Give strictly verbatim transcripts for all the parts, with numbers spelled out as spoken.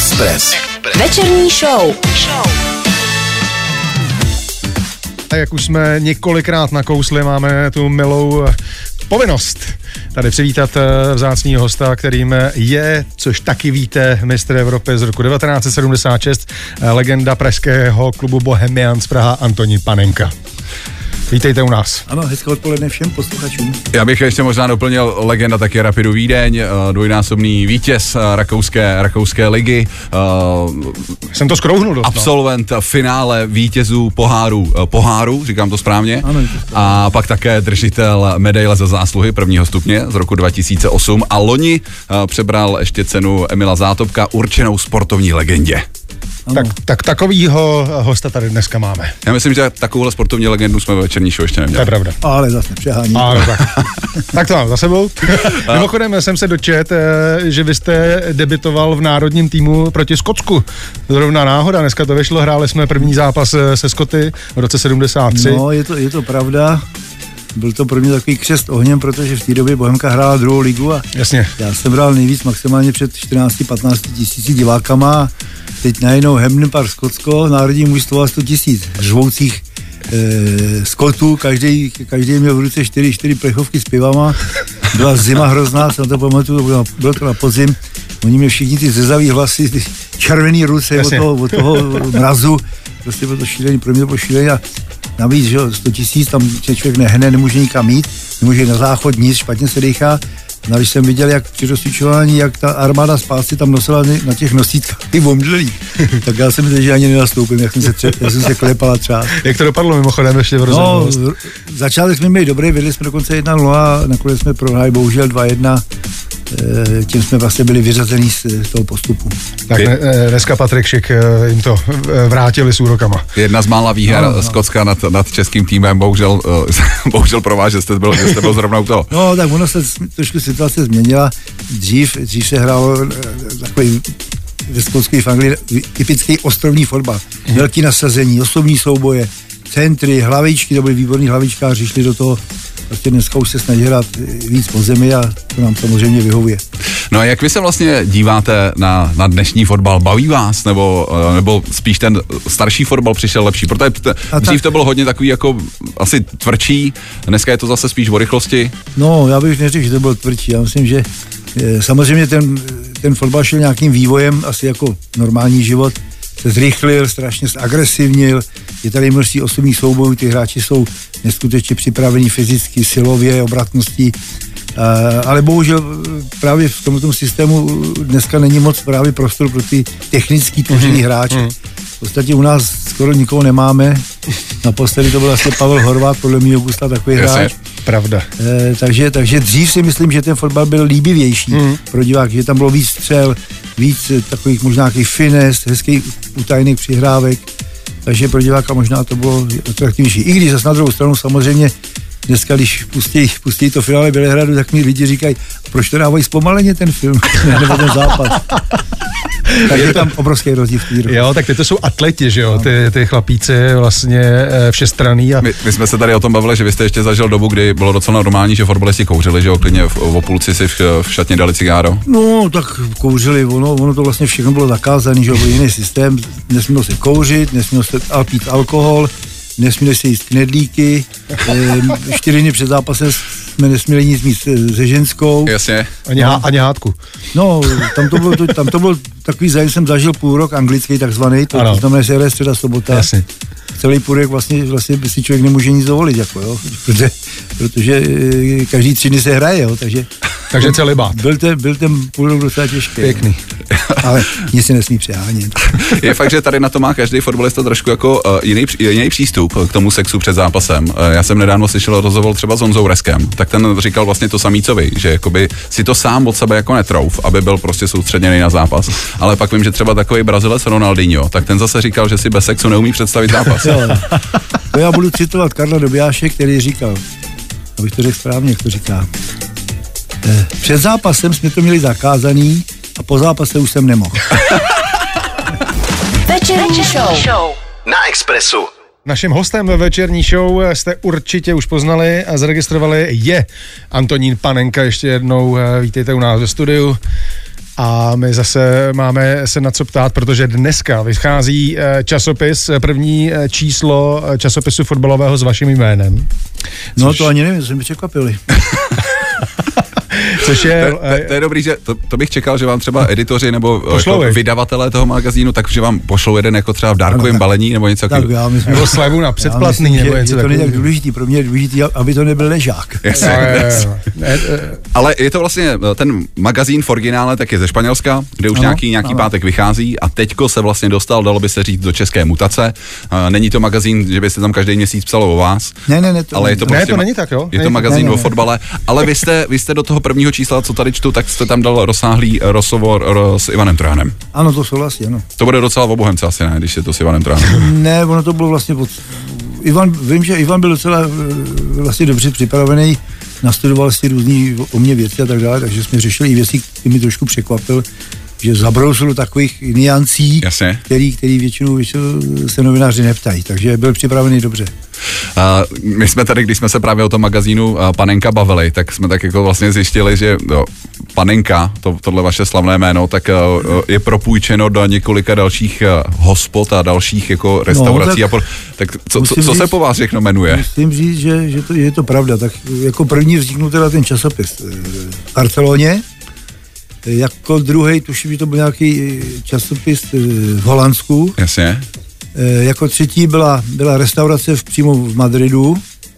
Express. Večerní show. A jak už jsme několikrát nakousli, máme tu milou povinnost tady přivítat vzácného hosta, kterým je, což taky víte, mistr Evropy z roku devatenáct set sedmdesát šest, legenda pražského klubu Bohemians Praha Antonín Panenka. Vítejte u nás. Ano, hezké odpoledne všem posluchačům. Já bych ještě možná doplnil legenda taky Rapidu Vídeň, dvojnásobný vítěz rakouské, rakouské ligy. Jsem to skrouhnul dost. Absolvent finále vítězů poháru, poháru, říkám to správně. Ano, a pak také držitel medaile za zásluhy prvního stupně z roku dva tisíce osm a loni přebral ještě cenu Emila Zátopka určenou sportovní legendě. Tak, tak takovýho hosta tady dneska máme. Já myslím, že takovouhle sportovní legendu jsme ve večerní show ještě neměli. To je pravda. Ale zase nepřehání. Ale tak. Tak to mám za sebou. Mimochodem jsem se dočet, že vy jste debitoval v národním týmu proti Skotsku. Zrovna náhoda, dneska to vyšlo, hráli jsme první zápas se Skoty v roce sedmdesát tři. No, je to, je to pravda. Byl to pro mě takový křest ohněm, protože v té době Bohemka hrála druhou ligu a jasně. Já jsem hrál nejvíc maximálně před čtrnáct až patnáct tisíci divákama. Teď najednou Hampden Park Skotsko, národní mužstvo a sto tisíc řvoucích e, Skotů, každý, každý měl v ruce čtyři, čtyři plechovky s pivama. Byla zima hrozná, jsem to pamatuju, bylo, bylo to na podzim. Oni měli všichni ty zezavý hlasy, ty červený ruce od toho, od toho mrazu. Prostě bylo to šílený, pro mě to bylo šílený a navíc, že sto tisíc, tam člověk nehne, nemůže nikam jít, nemůže na záchod nic, špatně se dýchá. No, když jsem viděl, jak při rozcvičování, jak ta armáda spásy tam nosila na těch nosítkách ty omdlelí, tak já jsem myslel, že ani nenastoupím, jak jsem se, tře- já jsem se klepala třeba. Jak to dopadlo mimochodem ještě v rozhodnu? No, začátek jsme měli dobrý, vedli jsme dokonce jedna nula, nakonec jsme prohráli bohužel dva jedna, tím jsme vlastně byli vyřazení z, z toho postupu. Tak dneska Patrik Šik jim to vrátili s úrokama. Jedna z mála výher no, no. Skotska nad, nad českým týmem, bohužel, bohužel pro vás, že jste byl, že jste byl zrovna u toho. No, tak ono se trošku situace změnila. Dřív, dřív se hrálo takový ve skotské v Anglii typický ostrovní fotbal. Hmm. Velký nasazení, osobní souboje, centry, hlavičky, to byly výborní hlavičkáři, šli do toho. Vlastně dneska už se snaží hrát víc po zemi a to nám samozřejmě vyhovuje. No a jak vy se vlastně díváte na, na dnešní fotbal? Baví vás? Nebo, nebo spíš ten starší fotbal přišel lepší? Protože t- dřív to bylo hodně takový jako asi tvrdší, dneska je to zase spíš o rychlosti. No, já bych neřekl, že to bylo tvrdší. Já myslím, že je, samozřejmě ten, ten fotbal šel nějakým vývojem, asi jako normální život, se zrychlil, strašně agresivnil, je tady množství osobních soubojů, ty hráči jsou neskutečně připravení fyzicky, silově, obratností, uh, ale bohužel právě v tomto systému dneska není moc právě prostor pro ty technický tvoření mm-hmm. hráče. V podstatě u nás skoro nikoho nemáme, naposledy to byl vlastně Pavel Horváth, podle mého gusta takový hráč. Pravda. E, takže, takže dřív si myslím, že ten fotbal byl líbivější mm. pro diváky, že tam bylo víc střel, víc takových možná nějakých fines, hezkých utajených přihrávek, takže pro diváka možná to bylo atraktivnější. I když zase na druhou stranu samozřejmě dneska, když pustí, pustí to finále Bělehradu, tak mi lidi říkají, proč to dávají zpomaleně ten film, nebo ten zápas. Tak je tam obrovský rozdíl v týru. Jo, tak ty to jsou atleti, že jo, ty, ty chlapíci vlastně všestranný. A... My, my jsme se tady o tom bavili, že vy jste ještě zažil dobu, kdy bylo docela normální, že fotbalisti kouřili, že jo, klidně v, v půlci si v, v šatně dali cigáro. No, tak kouřili, ono, ono to vlastně všechno bylo zakázané, že jo, byl jiný systém, nesmělo se kouřit, nesmělo se pít alkohol, nesměli se jíst knedlíky, e, čtyři dny před zápasem jsme nesměli nic mít se ženskou. Jasně. Ani, no. ani hádku. No, tam to bylo, to, tam to bylo takový zájem, jsem zažil půl rok anglický takzvaný, to, to znamená, že se hraje středa sobota. Jasně. Celý půl rok vlastně, vlastně si člověk nemůže nic dovolit, jako jo, protože, protože každý tři dny se hraje, jo, takže... Takže celý bát. Byl ten, byl ten půl rok docela těžký. Pěkný. Ale nic se nesmí přehánět. Je fakt, že tady na to má každý fotbalista trošku jako uh, jiný, jiný přístup k tomu sexu před zápasem. Uh, já jsem nedávno slyšel rozhovor třeba s Honzou Reskem, tak ten říkal vlastně to samý, co vy, že jakoby si to sám od sebe jako netrouf, aby byl prostě soustředěný na zápas. Ale pak vím, že třeba takový Brazilec Ronaldinho, tak ten zase říkal, že si bez sexu neumí představit zápas. Jo, to já budu citovat Karla Dobijáše, který říkal, abych to řekl správně, jak to říká. Před zápasem jsme to měli zakázaný a po zápase už jsem nemohl. Večerní show na Expressu. Naším hostem ve večerní show jste určitě už poznali a zaregistrovali je Antonín Panenka. Ještě jednou vítejte u nás ve studiu. A my zase máme se na co ptát, protože dneska vychází časopis, první číslo časopisu fotbalového s vaším jménem. No což... to ani nevím, jsem mi překvapili. Což je... To, to, to je dobrý, že to, to bych čekal, že vám třeba editoři nebo jako vydavatelé toho magazínu, takže vám pošlou jeden jako třeba v dárkovém balení nebo něco takového. Nebo slevu na předplatný myslím, nebo něco takového. To není tak důležitý, pro mě je důležitý, aby to nebyl ležák. Yes, yes. Ale je to vlastně ten magazín v originále, tak je ze Španělska, kde už ano, nějaký, nějaký ano. pátek vychází a teďko se vlastně dostal, dalo by se říct, do české mutace. Není to magazín, že by se tam každý měsíc psalo o vás. Ne, ne, ne. To, ale je to, prostě, ne, to není tak, jo? Je to magazín o fotbale, ale vy jste, vy jste do toho prvního čísla, co tady čtu, tak jste tam dal rozsáhlý rozhovor s Ivanem Trojanem. Ano, to souhlasí, ano. To bude docela o Bohemce asi, ne, když je to s Ivanem Trojanem. Ne, ono to bylo vlastně pod... Ivan, vím, že Ivan byl docela vlastně dobře připravený, nastudoval si různý o mě věci a tak dále, takže jsme řešili i věci, které mi trošku překvapil, že zabrousil do takových niancí, který, který většinou, většinou se novináři neptají, takže byl připravený dobře. Uh, my jsme tady, když jsme se právě o tom magazínu uh, Panenka bavili, tak jsme tak jako vlastně zjistili, že no, Panenka, to, tohle vaše slavné jméno, tak uh, je propůjčeno do několika dalších uh, hospod a dalších jako restaurací. No, tak, a po, tak co, co, co říct, se po vás všechno jmenuje? Musím říct, že, že to, je to pravda. Tak jako první vzniknul teda ten časopis v Barceloně, jako druhý, tuším, že to byl nějaký časopis v Holandsku. Jasně. Jako třetí byla, byla restaurace v, přímo v Madridu,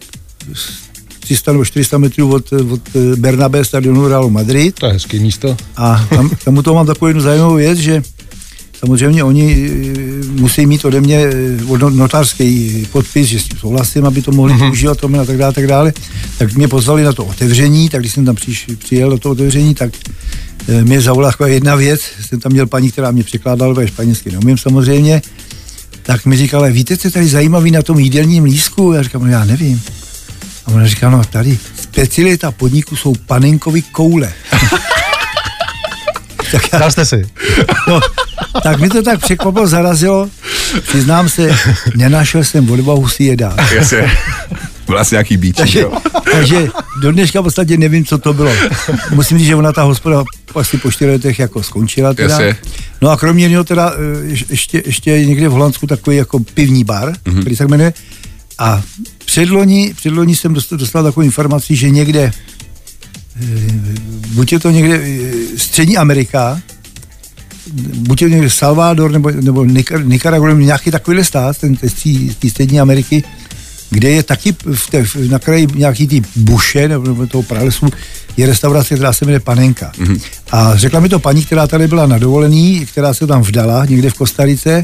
tři sta nebo čtyři sta metrů od, od Bernabé stadionu Realu Madrid. To je hezký místo. A tam, tam to mám takovou jednu zajímavou věc, že samozřejmě oni musí mít ode mě notářský podpis, že s tím souhlasím, aby to mohli mm-hmm. používat a tak dále, tak dále. Tak mě pozvali na to otevření, tak když jsem tam přiš, přijel do toho otevření, tak mě zavolala taková jedna věc, jsem tam měl paní, která mě překládala, ve španělsky neumím samozřejmě, tak mi říkala, víte, co je tady zajímavý na tom jídelním lístku? Já říkám, no já nevím. A ona říká, no tady specialita podniku jsou panenkový koule. Tak já, dal jste si. No, tak mi to tak překvapilo, zarazilo. Přiznám se, nenašel jsem odvahu si je dát. Jasně. Byl asi nějaký bíčí, takže, jo. takže do dneška v podstatě nevím, co to bylo. Musím říct, že ona ta hospoda asi po čtyřech letech jako skončila teda. Jasně. No a kromě něho teda ještě, ještě někde v Holandsku takový jako pivní bar, mm-hmm. který se jmenuje. A předloni, předloni jsem dostal, dostal takovou informaci, že někde buď je to někde Střední Amerika, buď je to někde Salvador nebo, nebo Nicaragua, nějaký takovýhle stát, ten z té Střední Ameriky, kde je taky v té, na kraji nějaký ty buše nebo, nebo toho pralesu je restaurace, která se jmenuje Panenka. Mm-hmm. A řekla mi to paní, která tady byla na dovolený, která se tam vdala někde v Kostarice.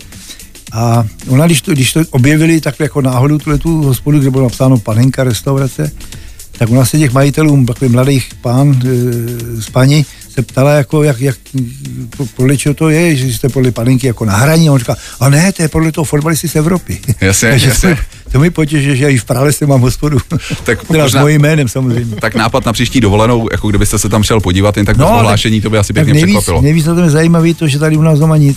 A ona, když to, když to objevili tak jako náhodou tu hospodu, kde bylo napsáno Panenka restaurace, tak ona se těch majitelů, takových mladých pán e, z paní, se ptala, jako, jak, jak, podle čeho to je, že jste podle Panenky jako na hraní. A on říká, a ne, to je podle toho fotbalisty z Evropy. Jasně, jasně. To mi potěší, že i v Pralese mám hospodu. Tak teda možná, s mojím jménem samozřejmě. Tak nápad na příští dovolenou, jako kdybyste se tam šel podívat, jen tak no, bez ohlášení, to by asi pěkně nejvíc, překvapilo. Nejvíc na tom je zajímavý to, že tady u nás doma nic.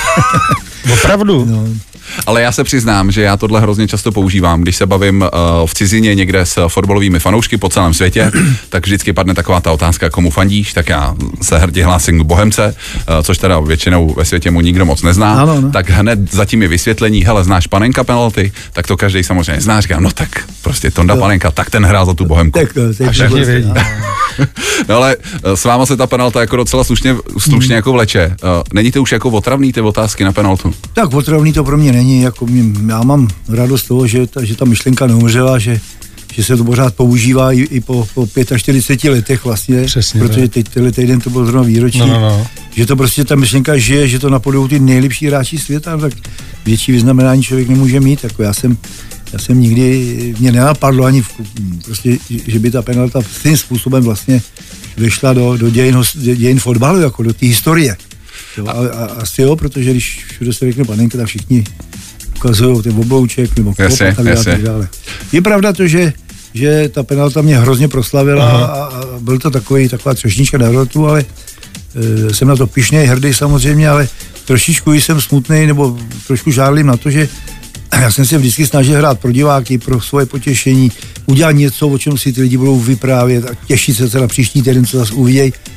Opravdu? No. Ale já se přiznám, že já tohle hrozně často používám, když se bavím uh, v cizině někde s fotbalovými fanoušky po celém světě, tak vždycky padne taková ta otázka, komu fandíš, tak já se hrdě hlásím k Bohemce, uh, což teda většinou ve světě mu nikdo moc nezná, ano, no. Tak hned zatím je vysvětlení, hele, znáš Panenka penalty, tak to každý samozřejmě zná, říkám, no tak prostě Tonda no. Panenka, tak ten hrál za tu Bohemku. Tak, tak, a všichni vědí. No ale s váma se ta penalta jako docela slušně, slušně hmm. jako vleče. Uh, není to už jako otravný ty otázky na penaltu? Tak otravný to pro mě není, jako mě, já mám radost toho, že ta, že ta myšlenka neumřela, že, že se to pořád používá i, i po, po čtyřiceti pěti letech vlastně, přesně, protože teď tenhle týden to bylo zrovna výročí, no, no, no. že to prostě ta myšlenka žije, že to napodobou ty nejlepší hráči světa, tak větší vyznamenání člověk nemůže mít, jako já jsem Já jsem nikdy, mě nenapadlo ani, v, prostě, že by ta penalta tím způsobem vlastně vyšla do, do dějin, dějin fotbalu, jako do té historie. Jo, a, a, asi jo, protože když všude se řekne Panenka, tak všichni ukazují ten oblouček nebo kop a tak dále, tak dále. Je pravda to, že, že ta penalta mě hrozně proslavila a, a byl to takový, taková třešnička na dortu, ale e, jsem na to pyšnej, hrdý samozřejmě, ale trošičku jsem smutnej nebo trošku žádlím na to, že já jsem se vždycky snažil hrát pro diváky, pro svoje potěšení, udělat něco, o čem si ty lidi budou vyprávět a těšit se na příští týden, co zase uvidějí.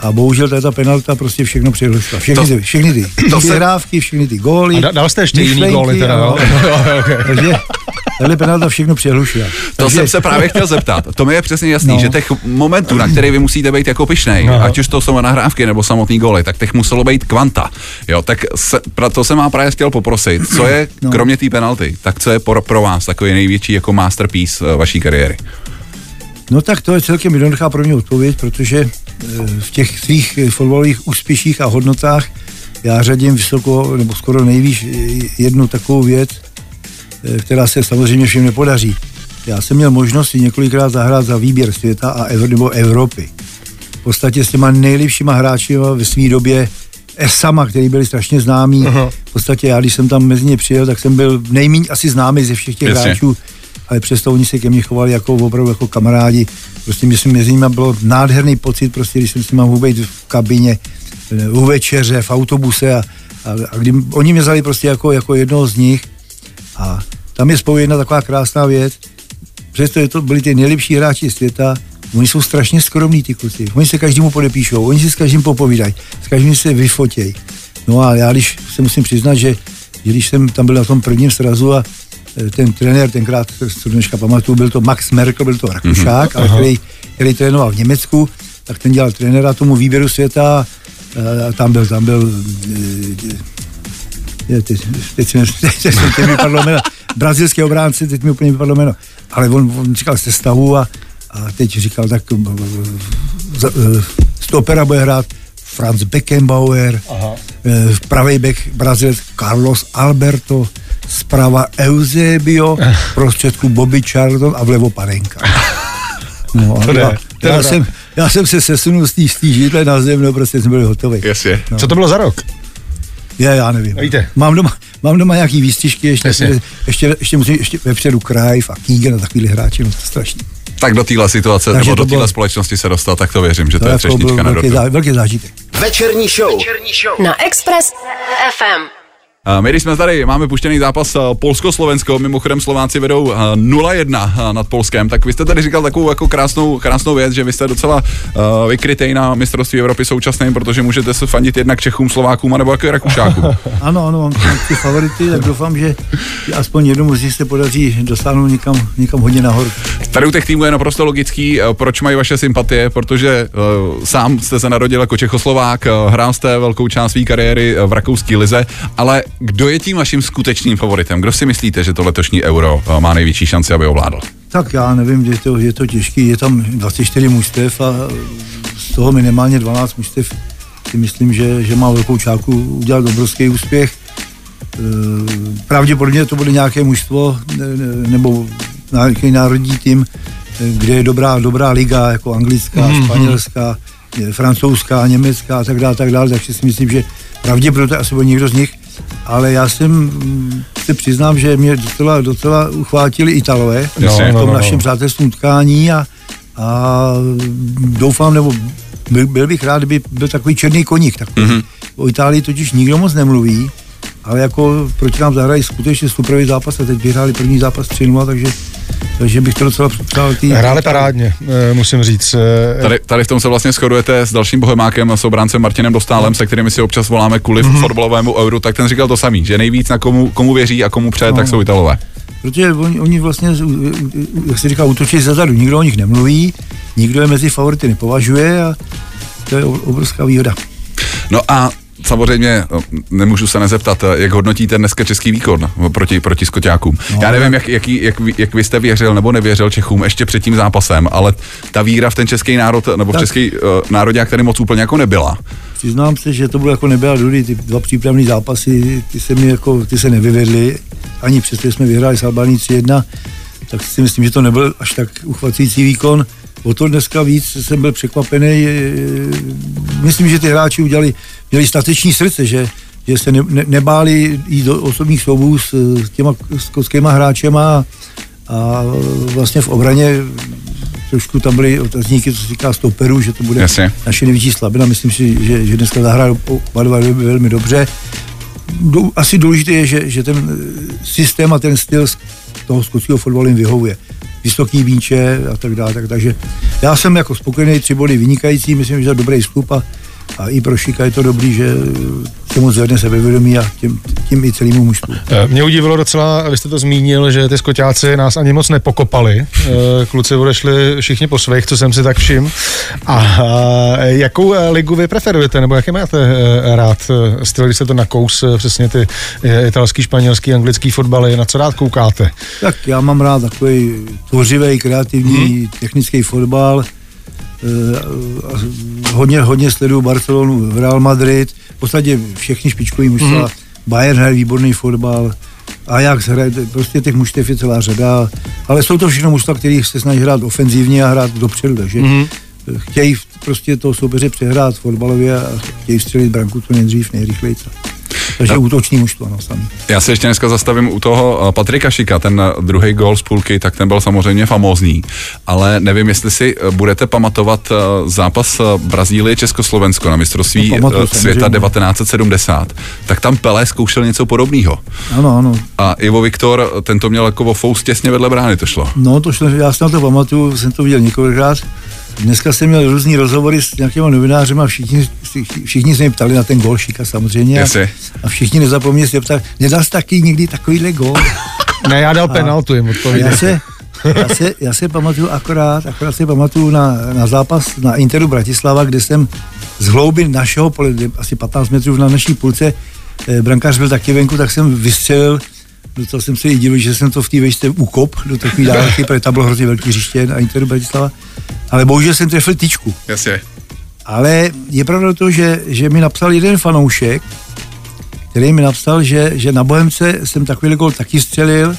A bohužel ta penalta prostě všechno přehlušila. Všechny, To- ty, všechny ty to se- přihrávky, všechny ty góly. A da- dal jste ještě jiný myšlenky, góly teda, ano. jo? Okay. Takže tahle penalta všechno přehlušila. To Takže, jsem se právě chtěl zeptat. To mi je přesně jasný, No. že těch momentů, na který vy musíte být jako pyšnej, Aha. ať už to jsou nahrávky nebo samotný góly, tak těch muselo být kvanta. Jo, tak se, pra- to jsem má právě chtěl poprosit. Co je, No. kromě té penalty, tak co je pro, pro vás takový největší jako masterpiece eh, vaší kariéry? No tak to je celkem jednoduchá pro mě odpověď, protože eh, v těch svých eh, fotbalových úspěších a hodnotách já řadím vysoko, nebo skoro nejvíc eh, jednu takovou věc, eh, která se samozřejmě všem nepodaří. Já jsem měl možnost si několikrát zahrát za výběr světa a Ev- nebo Evropy. V podstatě s těma nejlepšíma hráči ve své době Esama, který byli strašně známí. Aha. V podstatě já, když jsem tam mezi ně přijel, tak jsem byl nejméně asi známý ze všech těch Jasně. hráčů, ale přesto oni se ke mně chovali jako opravdu jako kamarádi. Prostě myslím, mezi nimi byl nádherný pocit, prostě, když jsem s nimi mohl být v kabině, u večeře, v autobuse a, a, a kdy oni mě vzali prostě jako, jako jednoho z nich a tam je spolu jedna taková krásná věc, přestože to byli ty nejlepší hráči světa, oni jsou strašně skromní ty kluci, oni se každému podepíšou, oni si s každým popovídají, s každým se vyfotějí. No a já když se musím přiznat, že, že když jsem tam byl na tom prvním srazu a ten trenér, tenkrát, co dneška pamatuju, byl to Max Merkel, byl to Rakušák, mm-hmm. ale který, který trénoval v Německu, tak ten dělal trenéra tomu výběru světa a tam byl, tam byl je, teď, teď, teď, teď, teď mi vypadlo jméno, brazilský obránce, teď mi úplně vypadlo jméno, ale on, on říkal sestavu a, a teď říkal tak stopera bude hrát Franz Beckenbauer, Aha. v pravej back Brazilec Carlos Alberto, zprava Eusebio, v prostředku Bobby Charlton a vlevo Panenka. No, a já, já, jsem, já jsem se sesunul z té židle na zem, no prostě jsme byli hotovi. Jasně. No. Co to bylo za rok? Je, já nevím. Víte. Mám doma, mám doma nějaký výstřižky, ještě, ještě, ještě, ještě musím, ještě vepředu Krajf a Keegan a takovýhle hráči, no to je strašný. Tak do téhle situace, Takže nebo do to bylo- téhle společnosti se dostal, tak to věřím, že to, To je jako byl třešnička na velký, dortu. zá, velký zážitek. Večerní show. Večerní show. Na Express F M. A my, když jsme tady, máme puštěný zápas uh, Polsko-Slovensko, mimochodem Slováci vedou uh, nula jedna uh, nad Polskem, tak vy jste tady říkal takovou jako krásnou, krásnou věc, že vy jste docela uh, vykrytej na mistrovství Evropy současným, protože můžete se fandit jednak Čechům, Slovákům, anebo jako Rakušákům. Ano, ano, mám tam ty favority, tak doufám, že aspoň jednomu z nich se podaří dosáhnout někam, někam hodně nahoru. Tady u těch týmů je naprosto logický, uh, proč mají vaše sympatie, protože uh, sám jste se narodil jako Čechoslovák, uh, hrál jste velkou část své kariéry uh, v rakouské lize, ale kdo je tím vaším skutečným favoritem? Kdo si myslíte, že to letošní Euro uh, má největší šanci, aby ovládl? Tak já nevím, je to, je to těžký, je tam dvacet čtyři mužstev a z toho minimálně dvanáct mužstev si myslím, že, že má velkou čáku udělat obrovský úspěch. E, pravděpodobně to bude nějaké mužstvo ne, ne, nebo nějaký národní tým, kde je dobrá, dobrá liga, jako anglická, mm-hmm. španělská, francouzská, německá a tak dále, tak dále, takže si myslím, že pravděpodobně asi bude někdo z nich, ale já jsem se přiznám, že mě docela, docela uchvátili Italové No, v tom no, no, našem no. přátelském utkání a, a doufám, nebo byl, byl bych rád, kdyby byl takový černý koník. Takový. Mm-hmm. O Itálii totiž nikdo moc nemluví, ale jako proti nám zahrají skutečně superový zápas a teď vyhráli první zápas tři nula, takže, takže bych to docela přál. Tý... Hráli parádně, eh, musím říct. eh, Tady, tady v tom se vlastně shodujete s dalším bohemákem, s obráncem Martinem Dostálem, se kterými si občas voláme kvůli mm-hmm. fotbalovému Euru, tak ten říkal to samý, že nejvíc na komu, komu věří a komu přeje, no. tak jsou Italové. Protože oni, oni vlastně, jak se říká, útočí zezadu, nikdo o nich nemluví, nikdo je mezi favority nepovažuje a to je obrovská výhoda. No a samozřejmě nemůžu se nezeptat, jak hodnotíte dneska český výkon proti, proti Skoťákům. No, Já nevím, jak, jak, jak, jak vy jste věřil nebo nevěřil Čechům ještě před tím zápasem, ale ta víra v ten český národ, nebo v tak. český uh, národák tady moc úplně jako nebyla. Přiznám se, že to bylo jako nebyla dudy, ty dva přípravné zápasy, ty se mi jako, ty se nevyvedly, ani přesto jsme vyhráli s Albánií tři jedna, tak si myslím, že to nebyl až tak uchvacující výkon. O to dneska víc jsem byl překvapený. Myslím, že ty hráči udělali, měli stateční srdce, že, že se ne, ne, nebáli jít do osobních soubů s, s těma skotskýma hráčema a vlastně v obraně trošku tam byly otazníky, co se týká stoperů, že to bude Jasně. naše největší slabina. Myslím si, že, že dneska zahrají oba dva velmi dobře. Asi důležité je, že, že ten systém a ten styl toho skotského fotbalu jim vyhovuje. vysoký míče a tak dále. Tak, takže já jsem jako spokojený, tři body vynikající, myslím, že to je dobrý vstup a, a i pro Šika je to dobrý, že se moc zvedne sebevědomí a tím, tím i celému mužstvu. Mě udivilo docela, vy jste to zmínil, že ty skoťáci nás ani moc nepokopali. Kluci odešli všichni po svých, co jsem si tak všiml. A jakou ligu vy preferujete, nebo jaké máte rád styl, když se to nakous, přesně ty italský, španělský, anglický fotbaly, na co rád koukáte? Tak já mám rád takový tvořivý, kreativní, hmm. technický fotbal. Hodně, hodně sleduju Barcelonu, Real Madrid, v podstatě všechny špičkový mužstva, mm. Bayern hraje výborný fotbal, Ajax hraje, prostě těch mužstev je celá řada, ale jsou to všechno mužstva, kterých se snaží hrát ofenzivně a hrát dopředu, takže mm. chtějí prostě toho soupeře přehrát fotbalově a chtějí střelit branku to nejdřív, nejrychleji. Takže no. útoční mužstvo, no sami. Já se ještě dneska zastavím u toho Patrika Šika, ten druhý gól z půlky, tak ten byl samozřejmě famózní, ale nevím, jestli si budete pamatovat zápas Brazílie Československo na mistrovství no, pamatuju, světa devatenáct set sedmdesát, tak tam Pelé zkoušel něco podobného. Ano, ano. A Ivo Viktor, ten to měl jako o fous těsně vedle brány, to šlo. No, to šlo, já si na to pamatuju, jsem to viděl několikrát. Dneska jsem měl různý rozhovory s nějakýma novinářema, všichni, všichni se mě ptali na ten gól Šika samozřejmě. A, a všichni nezapomněli se ptali, nedal jsi taky někdy takovýhle gól? Ne, já dal penaltu jim odpovědět. Já se, já, se, já se pamatuju akorát, akorát se pamatuju na, na zápas na Interu Bratislava, kde jsem z hlouby našeho pole, asi patnáct metrů na naší půlce, eh, brankář byl taky venku, tak jsem vystřelil. Docela jsem se i divil, že jsem to v té vejšce ukop do takové dálky, protože tam bylo hrozně velký hřiště na Interu Bratislava. Ale bohužel jsem trefil tyčku. Jasně. Ale je pravda to, že, že mi napsal jeden fanoušek, který mi napsal, že, že na Bohemce jsem takovýhle gól taky střelil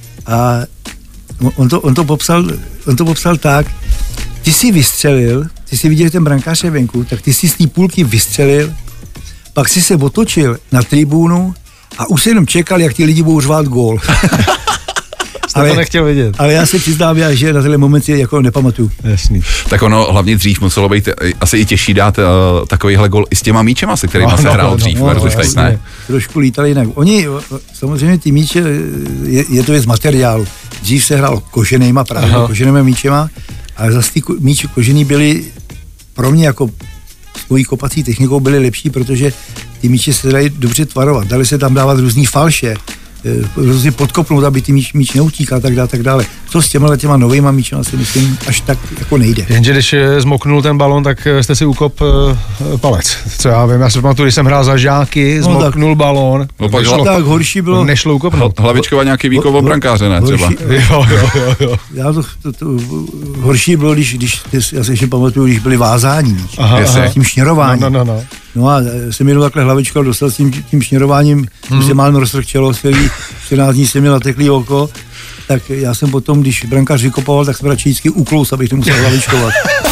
a on to, on to, popsal, on to popsal tak, ty jsi vystřelil, ty jsi viděl ten brankář je venku, tak ty jsi z té půlky vystřelil, pak jsi se otočil na tribúnu a už se jenom čekal, jak ty lidi budou řvát gól. Ale, to nechtěl vidět. Ale já se přiznám, že na tenhle moment si jako nepamatuju. Jasný. Tak ono hlavně dřív muselo být asi i těžší dát uh, takovýhle gol i s těma míčema, se kterýma no, se hrál no, dřív. No, no, versus no, ne? Trošku lítali jinak. Oni, samozřejmě ty míče, je, je to věc materiálu. Dřív se hrál koženýma, právě Aha. koženýma míčema, ale zase ty míče kožený byly pro mě jako svojí kopací technikou byly lepší, protože ty míče se dají dobře tvarovat. Dali se tam dávat různý falše, různě podkopnout, aby ty míč, míč neutíkal, tak dále, tak dále. Co s těma těma novejma míčema si myslím, až tak jako nejde. Jenže když zmoknul ten balon, tak jste si ukop uh, palec. Co já vím, já si pamatuju, když jsem hrál za žáky, no, zmoknul tak, balon. No pak nešlo, tak horší bylo. Nešlo ukopnout. Hlavičkovat nějaký výkov brankáře, ne třeba. Horší, jo, jo, jo, jo. Já to, to, to, horší bylo, když, když já se ještě pamatuju, když byli vázání. Aha, aha. Tím šněrováním. No, no, no, no. No a jsem jenom takhle hlavičkal, dostal s tím, tím šněrováním, hmm. se málem roztrčelo, celý čtrnáct dní jsem měl nateklý oko, tak já jsem potom, když brankář vykopoval, tak jsem radši vždycky uklous, abych nemusel hlavičkovat.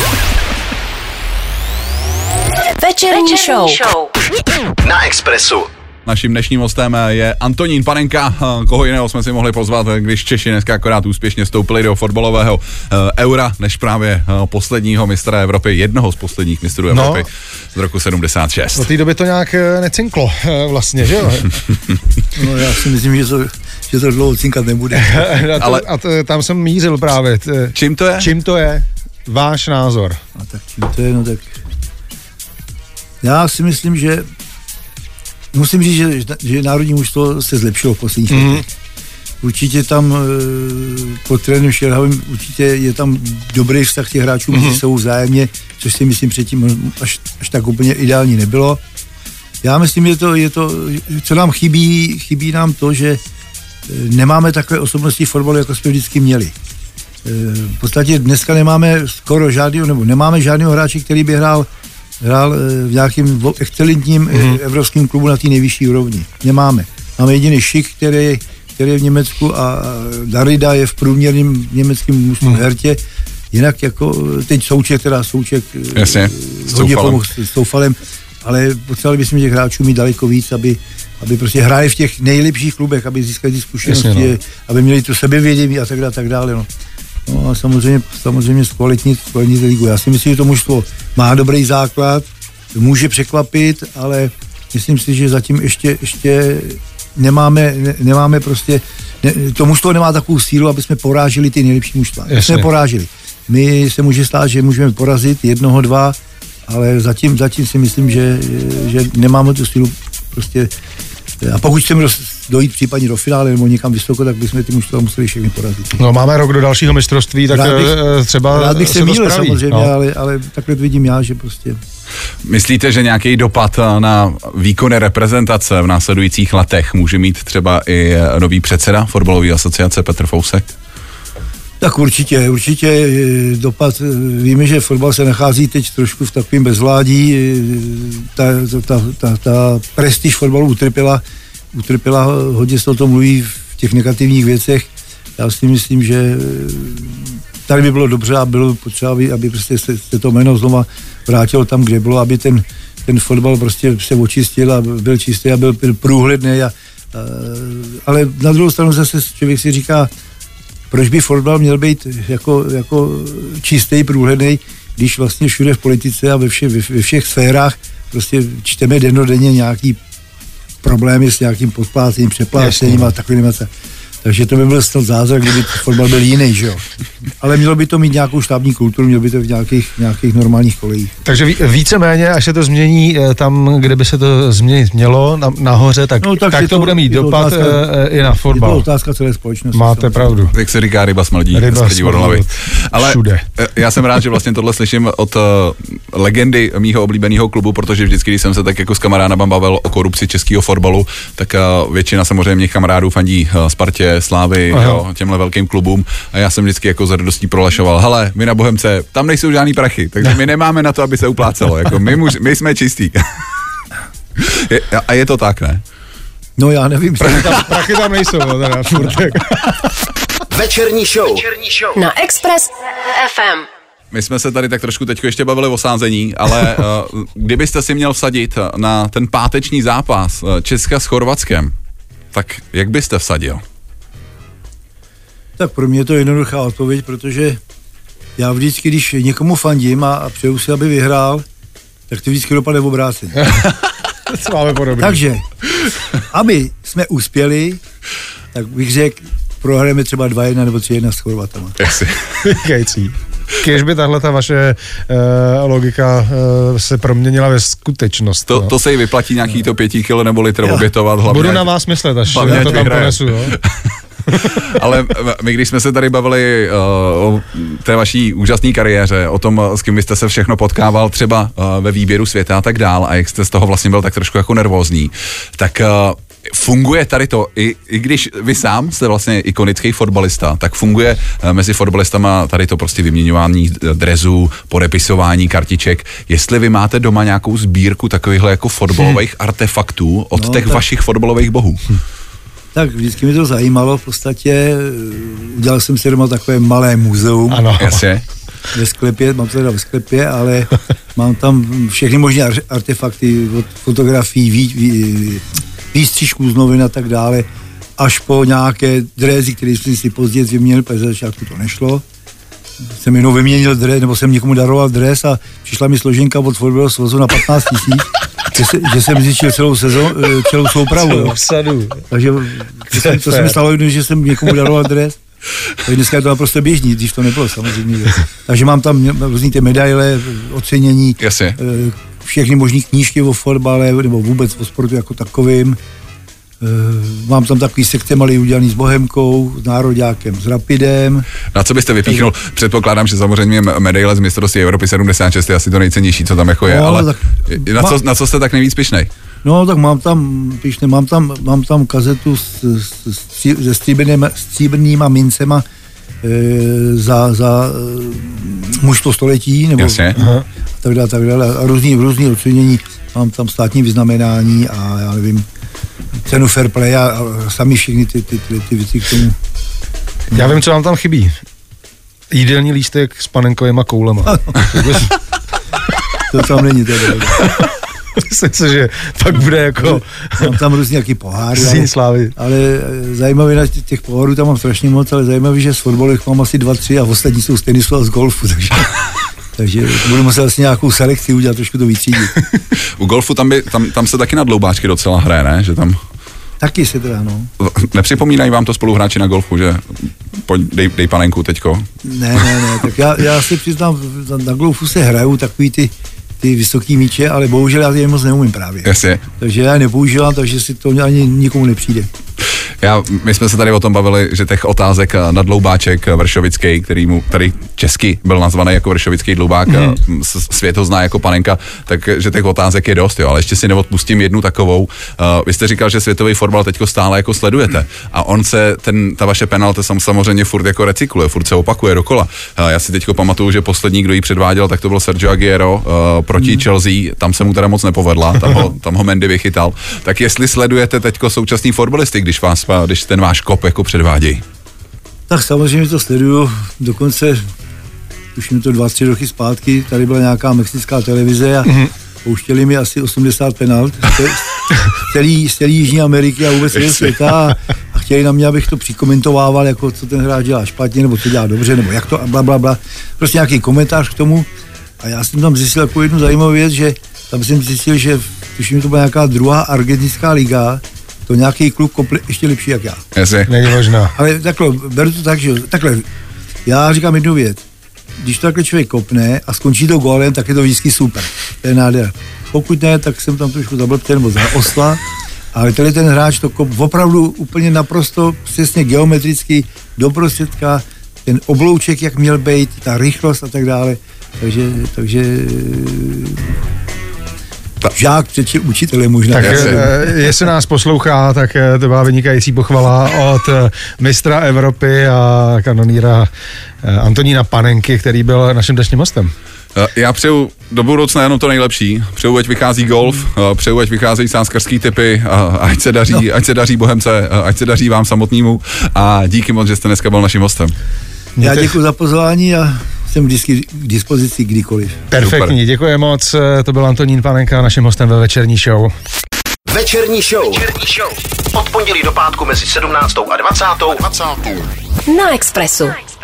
Večerní show. Na Expressu. Naším dnešním hostem je Antonín Panenka, koho jiného jsme si mohli pozvat, když Češi dneska akorát úspěšně stoupili do fotbalového uh, eura, než právě uh, posledního mistra Evropy, jednoho z posledních mistrů Evropy no. z roku sedmdesát šest. Od té doby to nějak necinklo uh, vlastně, že jo? No já si myslím, že to, že to dlouho cinkat nebude. a, to, Ale... a to, tam jsem mířil právě. T, čím to je? Čím to je? Váš názor. A tak čím to je, no tak... Já si myslím, že musím říct, že, že národní mužstvo se zlepšilo v posledních mm. letech. Určitě tam pod trenérem Šerhavým určitě je tam dobrý vztah těch hráčů mezi mm. sebou vzájemně, což si myslím předtím až, až tak úplně ideální nebylo. Já myslím, že to je to, co nám chybí, chybí nám to, že nemáme takové osobnosti fotbalu, jako jsme vždycky měli. V podstatě dneska nemáme skoro žádného, nebo nemáme žádného hráče, který by hrál hrál v nějakým excelentním mm. evropském klubu na té nejvyšší úrovni. Nemáme. Máme jediný Šik, který, který je v Německu a Darida je v průměrném německém mužstvu mm. Hertě. Jinak jako teď Souček, teda Souček Jasně, hodně pomohl s Toufalem, ale potřebovali bychom těch hráčů mít daleko víc, aby, aby prostě hráli v těch nejlepších klubech, aby získali ty zkušenosti, Jasně, no. aby měli tu sebevědomí a tak dále, tak dále. No. No a samozřejmě, samozřejmě zkvalitnit, zkvalitnit ligu. Já si myslím, že to mužstvo má dobrý základ, může překvapit, ale myslím si, že zatím ještě, ještě nemáme, ne, nemáme prostě, ne, to mužstvo nemá takovou sílu, aby jsme porážili ty nejlepší mužstva. My jsme porážili. My se může stát, že můžeme porazit jednoho, dva, ale zatím, zatím si myslím, že, že nemáme tu sílu prostě. A pokud chceme dojít případně do finále nebo někam vysoko, tak bychom ty mužstva museli všechny porazit. No, máme rok do dalšího mistrovství, tak rád bych, třeba rád bych se, se mýlil samozřejmě, no. ale, ale takhle vidím já, že prostě... Myslíte, že nějaký dopad na výkony reprezentace v následujících letech může mít třeba i nový předseda fotbalové asociace Petr Fousek? Tak určitě, určitě dopad. Víme, že fotbal se nachází teď trošku v takovém bezvládí. Ta, ta, ta, ta prestiž fotbalu utrpěla, utrpěla, hodně se o tom mluví v těch negativních věcech. Já si myslím, že tady by bylo dobře a bylo potřeba, aby, aby prostě se, se to jméno znova vrátilo tam, kde bylo, aby ten, ten fotbal prostě se očistil a byl čistý a byl, byl průhledný. A, a, ale na druhou stranu zase člověk si říká, proč by fotbal měl být jako, jako čistý, průhledný, když vlastně všude v politice a ve, vše, ve, ve všech sférách prostě čteme dennodenně nějaký problémy s nějakým podplácením, přeplácením a takovým. Takže to by byl snad zázrak, kdyby fotbal byl jiný, že jo. Ale mělo by to mít nějakou štábní kulturu, mělo by to v nějakých, nějakých normálních kolejích. Takže víceméně, až se to změní tam, kde by se to změnit mělo, na, nahoře, tak, no, tak, tak to, to bude mít dopad otázka, i na fotbal. Je to otázka celé společnosti. Máte samozřejmě pravdu. Jak se říká, ryba smrdí. Ryba smrdí. Ale všude. Já jsem rád, že vlastně tohle slyším od uh, legendy mýho oblíbeného klubu, protože vždycky, když jsem se tak jako s kamarádama bavil o korupci českého fotbalu, tak uh, většina samozřejmě mých kamarádů fandí uh, Spartě, Slávy, jo, těmhle velkým klubům a já jsem vždycky jako s radostí prolašoval, hele, my na Bohemce, tam nejsou žádný prachy, takže my nemáme na to, aby se uplácelo, jako my, muž, my jsme čistí. je, a je to tak, ne? No já nevím. Prachy tam, prachy tam nejsou, no, teda, Večerní show. Večerní show na Express ef em. My jsme se tady tak trošku teď ještě bavili o sázení, ale uh, kdybyste si měl vsadit na ten páteční zápas uh, Česka s Chorvatskem, tak jak byste vsadil? Tak pro mě je to jednoduchá odpověď, protože já vždycky, když někomu fandím a, a přeju si, aby vyhrál, tak to vždycky dopadne v obráceně. Takže, aby jsme uspěli, tak bych řekl, prohrajeme třeba dva jedna nebo tři jedna s Chorvatama. Vynikající. Kéž by tahle ta vaše uh, logika uh, se proměnila ve skutečnost. To, to se jí vyplatí nějaký to pěti kilo nebo litr obětovat. Hlavně, budu na vás myslet, až já to tam ponesu. Jo? Ale my, když jsme se tady bavili uh, o té vaší úžasné kariéře, o tom, s kým jste se všechno potkával, třeba uh, ve výběru světa a tak dál, a jak jste z toho vlastně byl tak trošku jako nervózní, tak uh, funguje tady to, i, i když vy sám jste vlastně ikonický fotbalista, tak funguje uh, mezi fotbalistama tady to prostě vyměňování dresů, podepisování kartiček. Jestli vy máte doma nějakou sbírku takovýchhle jako fotbalových hmm. artefaktů od no, těch tak... vašich fotbalových bohů? Hm. Tak vždycky mi to zajímalo, v podstatě udělal jsem si doma takové malé muzeum. Ano, jasně. Ve sklepě, mám to teda ve sklepě, ale mám tam všechny možné artefakty, od fotografií, vý, vý, výstřižků z novin a tak dále, až po nějaké dresy, které jsem si později vyměnil, protože za začátku to nešlo. Jsem jenom vyměnil dres, nebo jsem někomu daroval dres a přišla mi složenka od fotbalového svazu na patnáct tisíc. Že, se, že jsem zničil celou sezon, celou soupravu. Takže to, to se mi stalo jednou, že jsem někomu daroval dres. Takže dneska je to naprosto běžný, když to nebylo samozřejmě. Takže mám tam různý ty medaile, ocenění, Jasně. všechny možný knížky o fotbale, nebo vůbec o sportu jako takovým. Mám tam takový sekce malý udělaný s Bohemkou, s Nároďákem, s Rapidem. Na co byste vypíchnul? Takže... Předpokládám, že samozřejmě medaile z mistrovství Evropy sedmdesát šest je asi to nejcennější, co tam jako je, no, ale tak, na, co, na co jste tak nejvíc pyšnej? No, tak mám tam, pyšnej, mám tam, mám tam kazetu s, s, s, se stříbrnýma, stříbrnýma mincema e, za, za e, mužstvo století, nebo Jasně. A tak dále, tak dále. A různý, různý ocenění, mám tam státní vyznamenání a já nevím, cenu fair play a, a sami všechny ty, ty, ty, ty věci k tomu. Já vím, co vám tam chybí. Jídelní lístek s panenkovýma koulema. To tam není teda. Myslím si, že pak bude jako... Mám tam různý nějaký poháry, ale, slávy. ale zajímavé na těch pohárů tam mám strašně moc, ale zajímavé, že z fotbalu mám asi dva, tři a ostatní jsou z tenisu a z golfu, takže... Takže budu muset asi nějakou selekci udělat, trošku to vytřídit. U golfu tam, by, tam, tam se taky na dloubáčky docela hraje, ne? Že tam... Taky se teda, no. Nepřipomínají vám to spoluhráči na golfu, že pojď, dej, dej panenku teďko? Ne, ne, ne, tak já, já si přiznám, na golfu se hrajou takový ty, ty vysoký míče, ale bohužel já je moc neumím právě. Jasně. Takže já nepoužívám, takže si to ani nikomu nepřijde. Já, my jsme se tady o tom bavili, že těch otázek na dloubáček Vršovický, který mu tady česky byl nazvaný jako Vršovický dloubák, mm. svět ho zná jako panenka, takže těch otázek je dost, jo, ale ještě si neodpustím jednu takovou. Uh, vy jste říkal, že světový fotbal teďko stále jako sledujete a on se, ten, ta vaše penalta samozřejmě furt jako recykluje, furt se opakuje dokola. Uh, já si teďko pamatuju, že poslední, kdo ji předváděl, tak to byl Sergio Aguero uh, proti mm. Chelsea, tam se mu teda moc nepovedla, tam ho, tam ho Mendy vychytal. Tak jestli sledujete teďko současný fotbalisty, když vás když ten váš kop jako předvádějí? Tak samozřejmě to sleduju, dokonce už mi to dva, tři roky zpátky, tady byla nějaká mexická televize a mm-hmm. pouštěli mi asi osmdesát penalt z celé Jižní Ameriky a vůbec celého světa a chtěli na mě, abych to přikomentovával, jako co ten hráč dělá špatně, nebo co dělá dobře, nebo jak to a bla, bla, bla. Prostě nějaký komentář k tomu a já jsem tam zjistil jako jednu zajímavou věc, že tam jsem zjistil, že tuším, to byla nějaká druhá argentinská liga, to nějaký klub komple- ještě lepší jak já. Jasně. Není možná. Ale takhle, beru to tak, že takhle, já říkám jednu věc. Když to takhle člověk kopne a skončí to gólem, tak je to vždycky super. To je nádhera. Pokud ne, tak jsem tam trošku zablbten nebo zaosla, ale tady ten hráč to kop opravdu úplně naprosto přesně geometricky do prostředka, ten oblouček, jak měl být, ta rychlost a tak dále. Takže, takže žák přečil učitele možná. Tak jestli nás poslouchá, tak to byla vynikající pochvala od mistra Evropy a kanoníra Antonína Panenky, který byl naším dnešním hostem. Já přeju do budoucna jenom to nejlepší. Přeju, ať vychází golf, přeju, ať vycházejí sázkarský typy, ať se daří, no. ať se daří Bohemce, ať se daří vám samotnému a díky moc, že jste dneska byl naším hostem. Já děkuji za pozvání a jsem vždycky k dispozici kdykoliv. Perfektní, děkuji moc. To byl Antonín Panenka, naším hostem ve Večerní show. Večerní show. Večerní show. Od pondělí do pátku mezi sedmnáctou a dvacátou. Na Expressu.